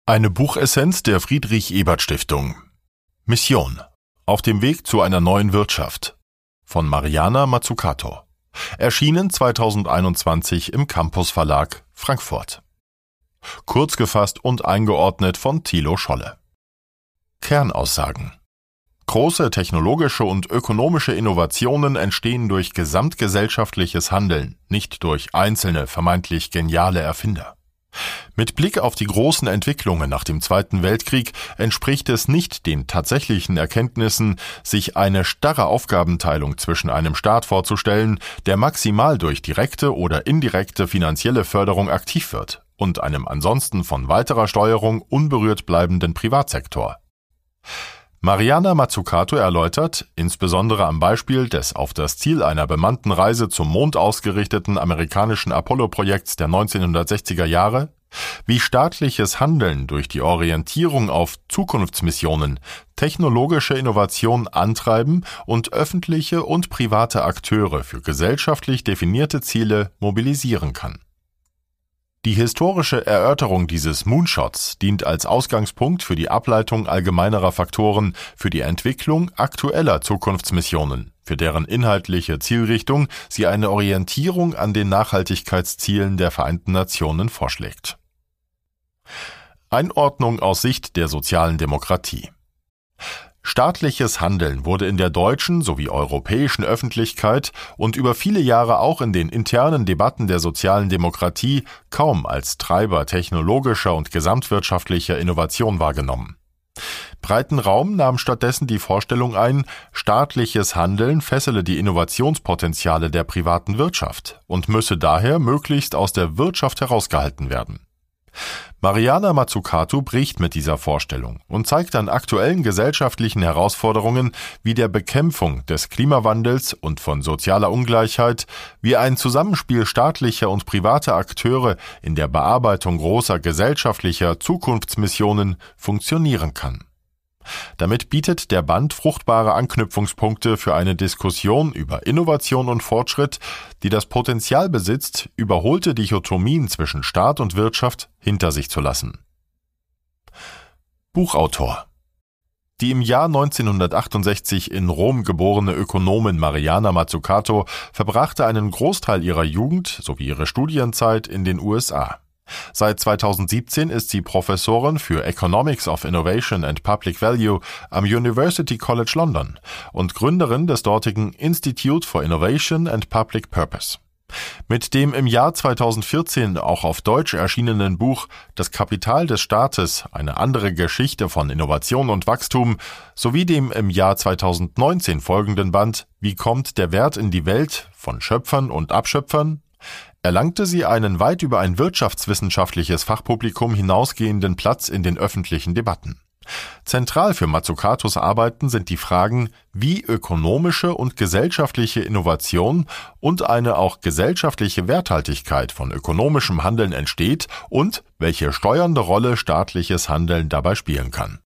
Eine Buchessenz der Friedrich-Ebert-Stiftung. Mission. Auf dem Weg zu einer neuen Wirtschaft. Von Mariana Mazzucato. Erschienen 2021 im Campus Verlag, Frankfurt. Kurz gefasst und eingeordnet von Thilo Scholle. Kernaussagen. Große technologische und ökonomische Innovationen entstehen durch gesamtgesellschaftliches Handeln, nicht durch einzelne, vermeintlich geniale Erfinder. Mit Blick auf die großen Entwicklungen nach dem Zweiten Weltkrieg entspricht es nicht den tatsächlichen Erkenntnissen, sich eine starre Aufgabenteilung zwischen einem Staat vorzustellen, der maximal durch direkte oder indirekte finanzielle Förderung aktiv wird, und einem ansonsten von weiterer Steuerung unberührt bleibenden Privatsektor. Mariana Mazzucato erläutert, insbesondere am Beispiel des auf das Ziel einer bemannten Reise zum Mond ausgerichteten amerikanischen Apollo-Projekts der 1960er Jahre, wie staatliches Handeln durch die Orientierung auf Zukunftsmissionen technologische Innovation antreiben und öffentliche und private Akteure für gesellschaftlich definierte Ziele mobilisieren kann. Die historische Erörterung dieses Moonshots dient als Ausgangspunkt für die Ableitung allgemeinerer Faktoren für die Entwicklung aktueller Zukunftsmissionen, für deren inhaltliche Zielrichtung sie eine Orientierung an den Nachhaltigkeitszielen der Vereinten Nationen vorschlägt. Einordnung aus Sicht der sozialen Demokratie. Staatliches Handeln wurde in der deutschen sowie europäischen Öffentlichkeit und über viele Jahre auch in den internen Debatten der sozialen Demokratie kaum als Treiber technologischer und gesamtwirtschaftlicher Innovation wahrgenommen. Breiten Raum nahm stattdessen die Vorstellung ein, staatliches Handeln fessele die Innovationspotenziale der privaten Wirtschaft und müsse daher möglichst aus der Wirtschaft herausgehalten werden. Mariana Mazzucato bricht mit dieser Vorstellung und zeigt an aktuellen gesellschaftlichen Herausforderungen wie der Bekämpfung des Klimawandels und von sozialer Ungleichheit, wie ein Zusammenspiel staatlicher und privater Akteure in der Bearbeitung großer gesellschaftlicher Zukunftsmissionen funktionieren kann. Damit bietet der Band fruchtbare Anknüpfungspunkte für eine Diskussion über Innovation und Fortschritt, die das Potenzial besitzt, überholte Dichotomien zwischen Staat und Wirtschaft hinter sich zu lassen. Buchautor. Die im Jahr 1968 in Rom geborene Ökonomin Mariana Mazzucato verbrachte einen Großteil ihrer Jugend sowie ihre Studienzeit in den USA. Seit 2017 ist sie Professorin für Economics of Innovation and Public Value am University College London und Gründerin des dortigen Institute for Innovation and Public Purpose. Mit dem im Jahr 2014 auch auf Deutsch erschienenen Buch Das Kapital des Staates, eine andere Geschichte von Innovation und Wachstum sowie dem im Jahr 2019 folgenden Band Wie kommt der Wert in die Welt von Schöpfern und Abschöpfern? Erlangte sie einen weit über ein wirtschaftswissenschaftliches Fachpublikum hinausgehenden Platz in den öffentlichen Debatten. Zentral für Mazzucatos Arbeiten sind die Fragen, wie ökonomische und gesellschaftliche Innovation und eine auch gesellschaftliche Werthaltigkeit von ökonomischem Handeln entsteht und welche steuernde Rolle staatliches Handeln dabei spielen kann.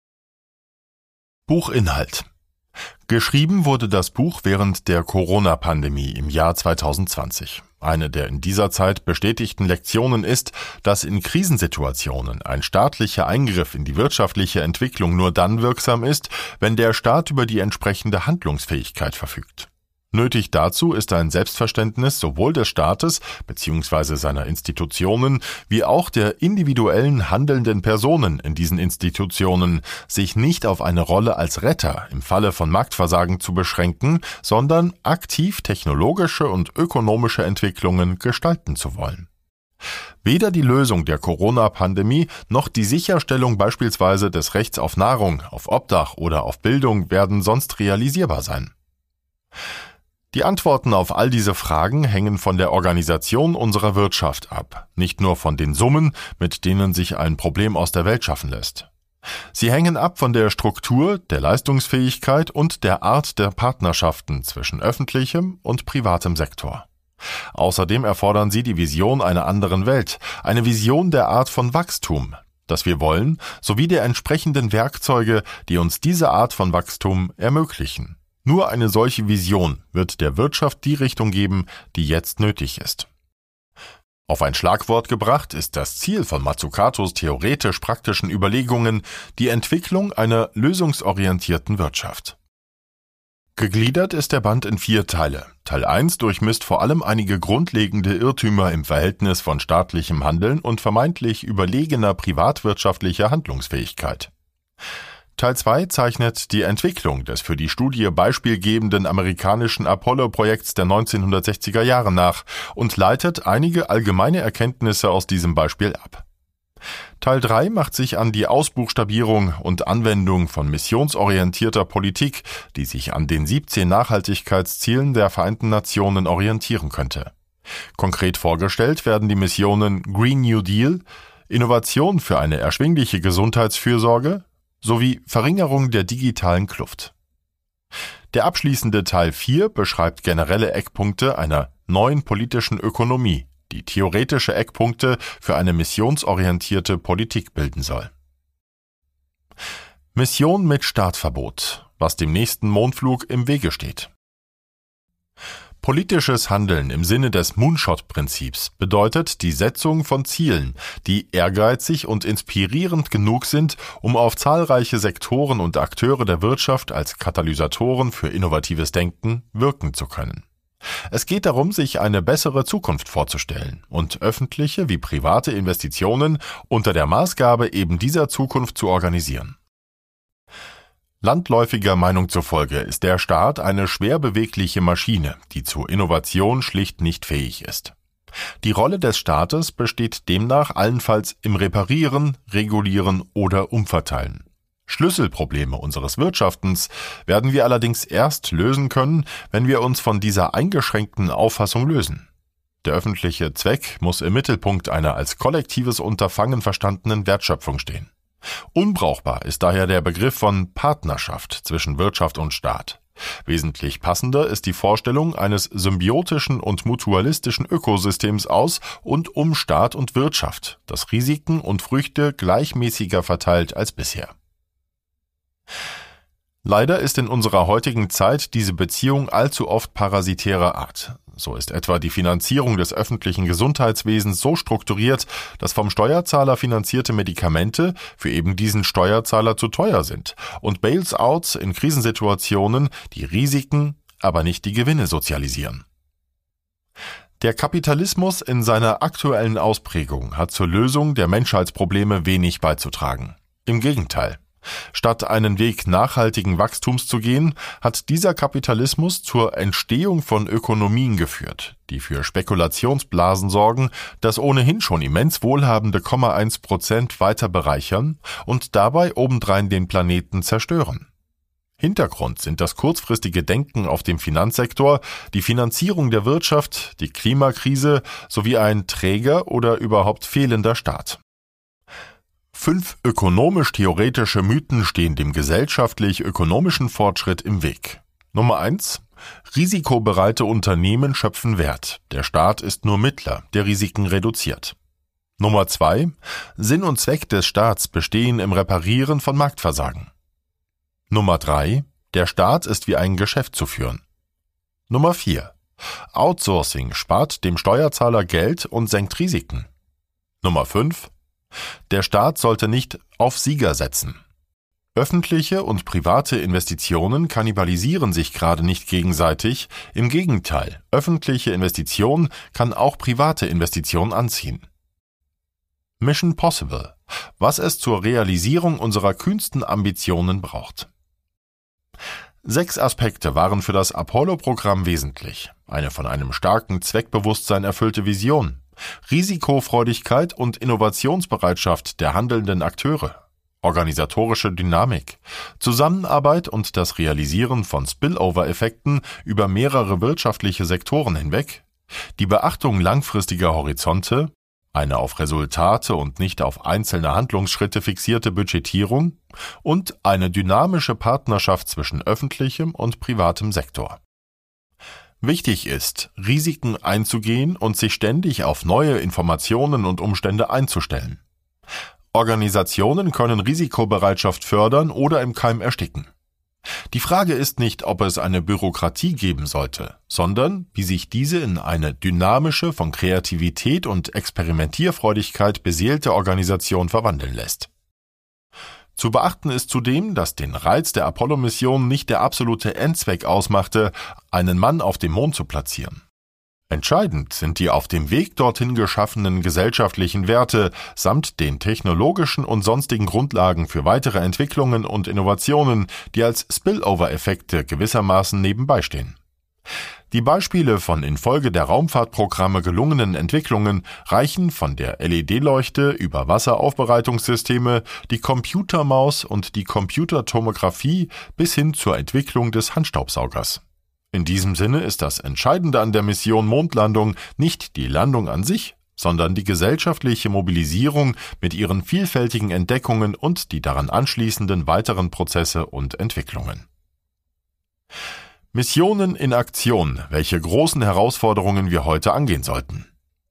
Buchinhalt. Geschrieben wurde das Buch während der Corona-Pandemie im Jahr 2020. Eine der in dieser Zeit bestätigten Lektionen ist, dass in Krisensituationen ein staatlicher Eingriff in die wirtschaftliche Entwicklung nur dann wirksam ist, wenn der Staat über die entsprechende Handlungsfähigkeit verfügt. Nötig dazu ist ein Selbstverständnis sowohl des Staates bzw. seiner Institutionen wie auch der individuellen handelnden Personen in diesen Institutionen, sich nicht auf eine Rolle als Retter im Falle von Marktversagen zu beschränken, sondern aktiv technologische und ökonomische Entwicklungen gestalten zu wollen. Weder die Lösung der Corona-Pandemie noch die Sicherstellung beispielsweise des Rechts auf Nahrung, auf Obdach oder auf Bildung werden sonst realisierbar sein. Die Antworten auf all diese Fragen hängen von der Organisation unserer Wirtschaft ab, nicht nur von den Summen, mit denen sich ein Problem aus der Welt schaffen lässt. Sie hängen ab von der Struktur, der Leistungsfähigkeit und der Art der Partnerschaften zwischen öffentlichem und privatem Sektor. Außerdem erfordern sie die Vision einer anderen Welt, eine Vision der Art von Wachstum, das wir wollen, sowie der entsprechenden Werkzeuge, die uns diese Art von Wachstum ermöglichen. Nur eine solche Vision wird der Wirtschaft die Richtung geben, die jetzt nötig ist. Auf ein Schlagwort gebracht ist das Ziel von Mazzucatos theoretisch-praktischen Überlegungen die Entwicklung einer lösungsorientierten Wirtschaft. Gegliedert ist der Band in 4 Teile. Teil 1 durchmisst vor allem einige grundlegende Irrtümer im Verhältnis von staatlichem Handeln und vermeintlich überlegener privatwirtschaftlicher Handlungsfähigkeit. Teil 2 zeichnet die Entwicklung des für die Studie beispielgebenden amerikanischen Apollo-Projekts der 1960er Jahre nach und leitet einige allgemeine Erkenntnisse aus diesem Beispiel ab. Teil 3 macht sich an die Ausbuchstabierung und Anwendung von missionsorientierter Politik, die sich an den 17 Nachhaltigkeitszielen der Vereinten Nationen orientieren könnte. Konkret vorgestellt werden die Missionen Green New Deal, Innovation für eine erschwingliche Gesundheitsfürsorge sowie Verringerung der digitalen Kluft. Der abschließende Teil 4 beschreibt generelle Eckpunkte einer neuen politischen Ökonomie, die theoretische Eckpunkte für eine missionsorientierte Politik bilden soll. Mission mit Startverbot, was dem nächsten Mondflug im Wege steht. Politisches Handeln im Sinne des Moonshot-Prinzips bedeutet die Setzung von Zielen, die ehrgeizig und inspirierend genug sind, um auf zahlreiche Sektoren und Akteure der Wirtschaft als Katalysatoren für innovatives Denken wirken zu können. Es geht darum, sich eine bessere Zukunft vorzustellen und öffentliche wie private Investitionen unter der Maßgabe eben dieser Zukunft zu organisieren. Landläufiger Meinung zufolge ist der Staat eine schwer bewegliche Maschine, die zur Innovation schlicht nicht fähig ist. Die Rolle des Staates besteht demnach allenfalls im Reparieren, Regulieren oder Umverteilen. Schlüsselprobleme unseres Wirtschaftens werden wir allerdings erst lösen können, wenn wir uns von dieser eingeschränkten Auffassung lösen. Der öffentliche Zweck muss im Mittelpunkt einer als kollektives Unterfangen verstandenen Wertschöpfung stehen. Unbrauchbar ist daher der Begriff von Partnerschaft zwischen Wirtschaft und Staat. Wesentlich passender ist die Vorstellung eines symbiotischen und mutualistischen Ökosystems aus und um Staat und Wirtschaft, das Risiken und Früchte gleichmäßiger verteilt als bisher. Leider ist in unserer heutigen Zeit diese Beziehung allzu oft parasitärer Art. So ist etwa die Finanzierung des öffentlichen Gesundheitswesens so strukturiert, dass vom Steuerzahler finanzierte Medikamente für eben diesen Steuerzahler zu teuer sind und Bailouts in Krisensituationen die Risiken, aber nicht die Gewinne sozialisieren. Der Kapitalismus in seiner aktuellen Ausprägung hat zur Lösung der Menschheitsprobleme wenig beizutragen. Im Gegenteil. Statt einen Weg nachhaltigen Wachstums zu gehen, hat dieser Kapitalismus zur Entstehung von Ökonomien geführt, die für Spekulationsblasen sorgen, das ohnehin schon immens wohlhabende 0,1% weiter bereichern und dabei obendrein den Planeten zerstören. Hintergrund sind das kurzfristige Denken auf dem Finanzsektor, die Finanzierung der Wirtschaft, die Klimakrise sowie ein träger oder überhaupt fehlender Staat. 5 ökonomisch-theoretische Mythen stehen dem gesellschaftlich-ökonomischen Fortschritt im Weg. Nummer 1. Risikobereite Unternehmen schöpfen Wert. Der Staat ist nur Mittler, der Risiken reduziert. Nummer 2. Sinn und Zweck des Staats bestehen im Reparieren von Marktversagen. Nummer 3. Der Staat ist wie ein Geschäft zu führen. Nummer 4. Outsourcing spart dem Steuerzahler Geld und senkt Risiken. Nummer 5. Der Staat sollte nicht auf Sieger setzen. Öffentliche und private Investitionen kannibalisieren sich gerade nicht gegenseitig, im Gegenteil, öffentliche Investition kann auch private Investitionen anziehen. Mission Possible, was es zur Realisierung unserer kühnsten Ambitionen braucht. 6 Aspekte waren für das Apollo-Programm wesentlich. Eine von einem starken Zweckbewusstsein erfüllte Vision, Risikofreudigkeit und Innovationsbereitschaft der handelnden Akteure, organisatorische Dynamik, Zusammenarbeit und das Realisieren von Spillover-Effekten über mehrere wirtschaftliche Sektoren hinweg, die Beachtung langfristiger Horizonte, eine auf Resultate und nicht auf einzelne Handlungsschritte fixierte Budgetierung und eine dynamische Partnerschaft zwischen öffentlichem und privatem Sektor. Wichtig ist, Risiken einzugehen und sich ständig auf neue Informationen und Umstände einzustellen. Organisationen können Risikobereitschaft fördern oder im Keim ersticken. Die Frage ist nicht, ob es eine Bürokratie geben sollte, sondern wie sich diese in eine dynamische, von Kreativität und Experimentierfreudigkeit beseelte Organisation verwandeln lässt. Zu beachten ist zudem, dass den Reiz der Apollo-Mission nicht der absolute Endzweck ausmachte, einen Mann auf dem Mond zu platzieren. Entscheidend sind die auf dem Weg dorthin geschaffenen gesellschaftlichen Werte samt den technologischen und sonstigen Grundlagen für weitere Entwicklungen und Innovationen, die als Spillover-Effekte gewissermaßen nebenbei stehen. Die Beispiele von infolge der Raumfahrtprogramme gelungenen Entwicklungen reichen von der LED-Leuchte über Wasseraufbereitungssysteme, die Computermaus und die Computertomographie bis hin zur Entwicklung des Handstaubsaugers. In diesem Sinne ist das Entscheidende an der Mission Mondlandung nicht die Landung an sich, sondern die gesellschaftliche Mobilisierung mit ihren vielfältigen Entdeckungen und die daran anschließenden weiteren Prozesse und Entwicklungen. Missionen in Aktion, welche großen Herausforderungen wir heute angehen sollten.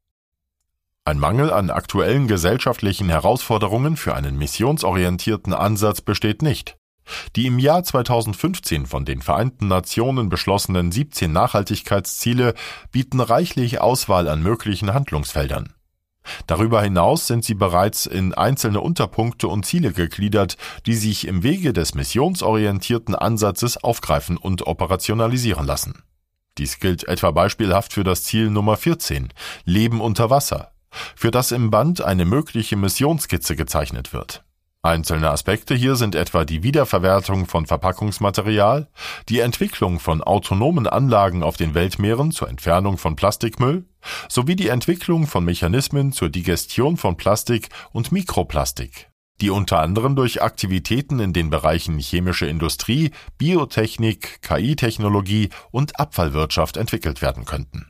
Ein Mangel an aktuellen gesellschaftlichen Herausforderungen für einen missionsorientierten Ansatz besteht nicht. Die im Jahr 2015 von den Vereinten Nationen beschlossenen 17 Nachhaltigkeitsziele bieten reichlich Auswahl an möglichen Handlungsfeldern. Darüber hinaus sind sie bereits in einzelne Unterpunkte und Ziele gegliedert, die sich im Wege des missionsorientierten Ansatzes aufgreifen und operationalisieren lassen. Dies gilt etwa beispielhaft für das Ziel Nummer 14, Leben unter Wasser, für das im Band eine mögliche Missionsskizze gezeichnet wird. Einzelne Aspekte hier sind etwa die Wiederverwertung von Verpackungsmaterial, die Entwicklung von autonomen Anlagen auf den Weltmeeren zur Entfernung von Plastikmüll sowie die Entwicklung von Mechanismen zur Digestion von Plastik und Mikroplastik, die unter anderem durch Aktivitäten in den Bereichen chemische Industrie, Biotechnik, KI-Technologie und Abfallwirtschaft entwickelt werden könnten.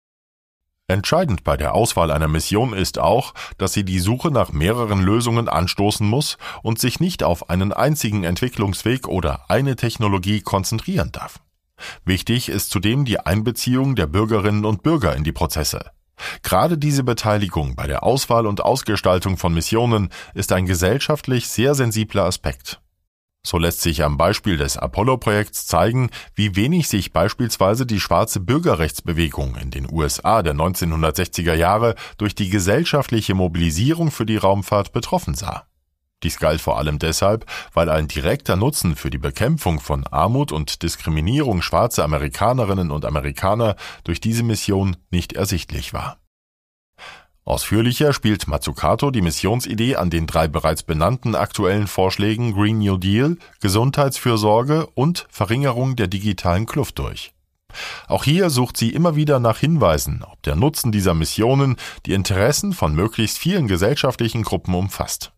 Entscheidend bei der Auswahl einer Mission ist auch, dass sie die Suche nach mehreren Lösungen anstoßen muss und sich nicht auf einen einzigen Entwicklungsweg oder eine Technologie konzentrieren darf. Wichtig ist zudem die Einbeziehung der Bürgerinnen und Bürger in die Prozesse. Gerade diese Beteiligung bei der Auswahl und Ausgestaltung von Missionen ist ein gesellschaftlich sehr sensibler Aspekt. So lässt sich am Beispiel des Apollo-Projekts zeigen, wie wenig sich beispielsweise die schwarze Bürgerrechtsbewegung in den USA der 1960er Jahre durch die gesellschaftliche Mobilisierung für die Raumfahrt betroffen sah. Dies galt vor allem deshalb, weil ein direkter Nutzen für die Bekämpfung von Armut und Diskriminierung schwarzer Amerikanerinnen und Amerikaner durch diese Mission nicht ersichtlich war. Ausführlicher spielt Mazzucato die Missionsidee an den 3 bereits benannten aktuellen Vorschlägen Green New Deal, Gesundheitsfürsorge und Verringerung der digitalen Kluft durch. Auch hier sucht sie immer wieder nach Hinweisen, ob der Nutzen dieser Missionen die Interessen von möglichst vielen gesellschaftlichen Gruppen umfasst.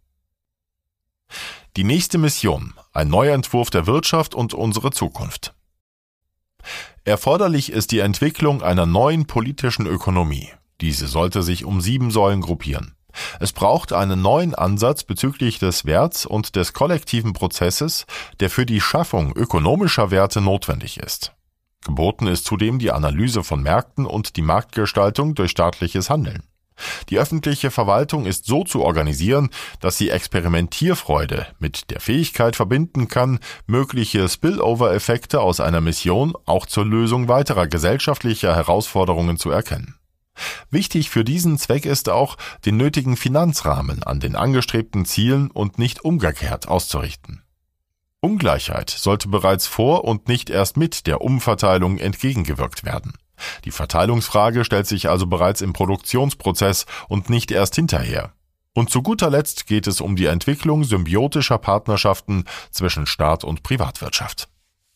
Die nächste Mission, ein Neuentwurf der Wirtschaft und unsere Zukunft. Erforderlich ist die Entwicklung einer neuen politischen Ökonomie. Diese sollte sich um 7 Säulen gruppieren. Es braucht einen neuen Ansatz bezüglich des Werts und des kollektiven Prozesses, der für die Schaffung ökonomischer Werte notwendig ist. Geboten ist zudem die Analyse von Märkten und die Marktgestaltung durch staatliches Handeln. Die öffentliche Verwaltung ist so zu organisieren, dass sie Experimentierfreude mit der Fähigkeit verbinden kann, mögliche Spillover-Effekte aus einer Mission auch zur Lösung weiterer gesellschaftlicher Herausforderungen zu erkennen. Wichtig für diesen Zweck ist auch, den nötigen Finanzrahmen an den angestrebten Zielen und nicht umgekehrt auszurichten. Ungleichheit sollte bereits vor und nicht erst mit der Umverteilung entgegengewirkt werden. Die Verteilungsfrage stellt sich also bereits im Produktionsprozess und nicht erst hinterher. Und zu guter Letzt geht es um die Entwicklung symbiotischer Partnerschaften zwischen Staat und Privatwirtschaft.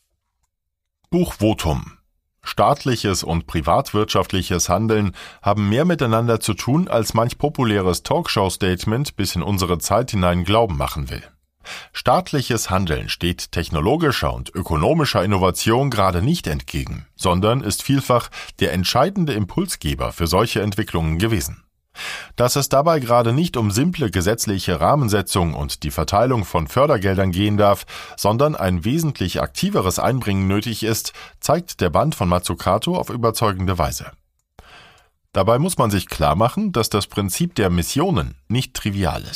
Buchvotum. Staatliches und privatwirtschaftliches Handeln haben mehr miteinander zu tun, als manch populäres Talkshow-Statement bis in unsere Zeit hinein glauben machen will. Staatliches Handeln steht technologischer und ökonomischer Innovation gerade nicht entgegen, sondern ist vielfach der entscheidende Impulsgeber für solche Entwicklungen gewesen. Dass es dabei gerade nicht um simple gesetzliche Rahmensetzung und die Verteilung von Fördergeldern gehen darf, sondern ein wesentlich aktiveres Einbringen nötig ist, zeigt der Band von Mazzucato auf überzeugende Weise. Dabei muss man sich klar machen, dass das Prinzip der Missionen nicht trivial ist.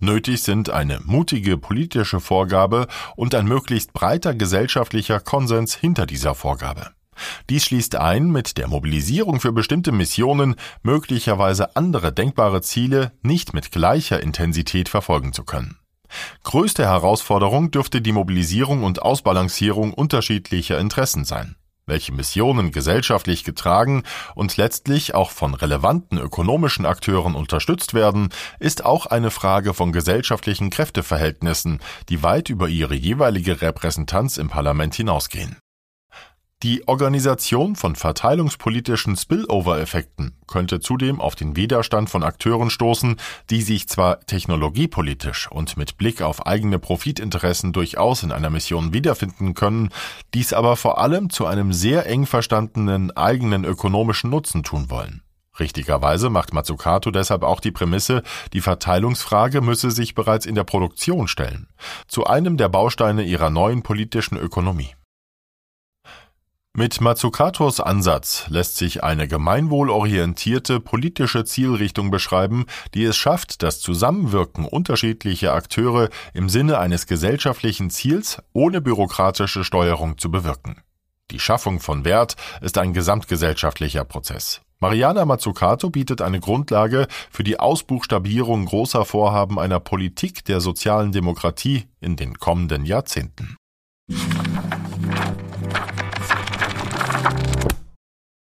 Nötig sind eine mutige politische Vorgabe und ein möglichst breiter gesellschaftlicher Konsens hinter dieser Vorgabe. Dies schließt ein, mit der Mobilisierung für bestimmte Missionen möglicherweise andere denkbare Ziele nicht mit gleicher Intensität verfolgen zu können. Größte Herausforderung dürfte die Mobilisierung und Ausbalancierung unterschiedlicher Interessen sein. Welche Missionen gesellschaftlich getragen und letztlich auch von relevanten ökonomischen Akteuren unterstützt werden, ist auch eine Frage von gesellschaftlichen Kräfteverhältnissen, die weit über ihre jeweilige Repräsentanz im Parlament hinausgehen. Die Organisation von verteilungspolitischen Spillover-Effekten könnte zudem auf den Widerstand von Akteuren stoßen, die sich zwar technologiepolitisch und mit Blick auf eigene Profitinteressen durchaus in einer Mission wiederfinden können, dies aber vor allem zu einem sehr eng verstandenen eigenen ökonomischen Nutzen tun wollen. Richtigerweise macht Mazzucato deshalb auch die Prämisse, die Verteilungsfrage müsse sich bereits in der Produktion stellen, zu einem der Bausteine ihrer neuen politischen Ökonomie. Mit Mazzucatos Ansatz lässt sich eine gemeinwohlorientierte politische Zielrichtung beschreiben, die es schafft, das Zusammenwirken unterschiedlicher Akteure im Sinne eines gesellschaftlichen Ziels ohne bürokratische Steuerung zu bewirken. Die Schaffung von Wert ist ein gesamtgesellschaftlicher Prozess. Mariana Mazzucato bietet eine Grundlage für die Ausbuchstabierung großer Vorhaben einer Politik der sozialen Demokratie in den kommenden Jahrzehnten.